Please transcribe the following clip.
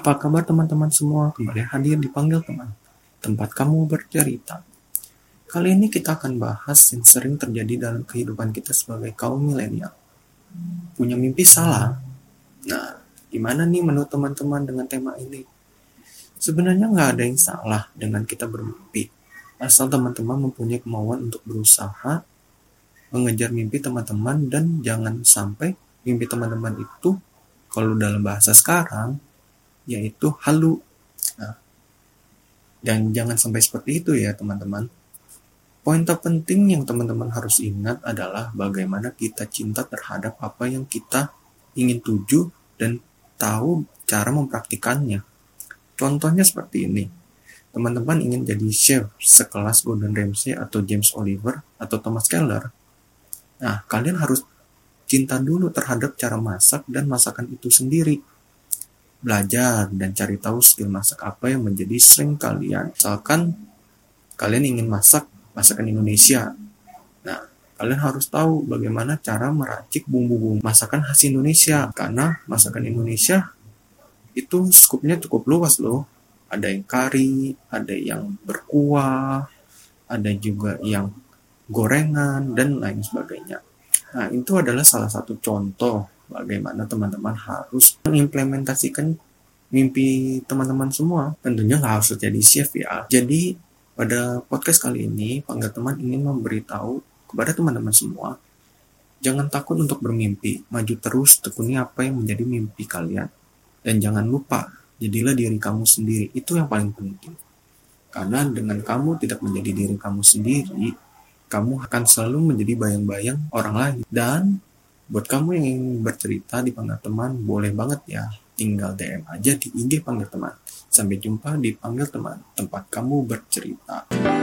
Apa kabar teman-teman semua? Kembali hadir di Panggil Teman, tempat kamu bercerita. Kali ini kita akan bahas yang sering terjadi dalam kehidupan kita sebagai kaum milenial. Punya mimpi salah? Nah, gimana nih menurut teman-teman dengan tema ini? Sebenarnya nggak ada yang salah dengan kita bermimpi. Asal teman-teman mempunyai kemauan untuk berusaha, mengejar mimpi teman-teman, dan jangan sampai mimpi teman-teman itu, kalau dalam bahasa sekarang, yaitu halu. Nah, dan jangan sampai seperti itu ya teman-teman. Poin terpenting yang teman-teman harus ingat adalah bagaimana kita cinta terhadap apa yang kita ingin tuju dan tahu cara mempraktikannya. Contohnya seperti ini. Teman-teman ingin jadi chef sekelas Gordon Ramsay atau James Oliver atau Thomas Keller. Nah, kalian harus cinta dulu terhadap cara masak dan masakan itu sendiri. Belajar dan cari tahu skill masak apa yang menjadi strength kalian. Misalkan kalian ingin masak masakan Indonesia. Nah, kalian harus tahu bagaimana cara meracik bumbu-bumbu masakan khas Indonesia. Karena masakan Indonesia itu skupnya cukup luas loh. Ada yang kari, ada yang berkuah, ada juga yang gorengan, dan lain sebagainya. Nah, itu adalah salah satu contoh bagaimana teman-teman harus mengimplementasikan mimpi teman-teman semua. Tentunya nggak harus jadi chef ya. Jadi pada podcast kali ini, Panggil Teman ingin memberitahu kepada teman-teman semua, jangan takut untuk bermimpi, maju terus, tekuni apa yang menjadi mimpi kalian. Dan jangan lupa, jadilah diri kamu sendiri, itu yang paling penting. Karena dengan kamu tidak menjadi diri kamu sendiri, kamu akan selalu menjadi bayang-bayang orang lain. Dan buat kamu yang ingin bercerita di Panggil Teman, boleh banget ya. Tinggal DM aja di IG Panggil Teman. Sampai jumpa di Panggil Teman, tempat kamu bercerita.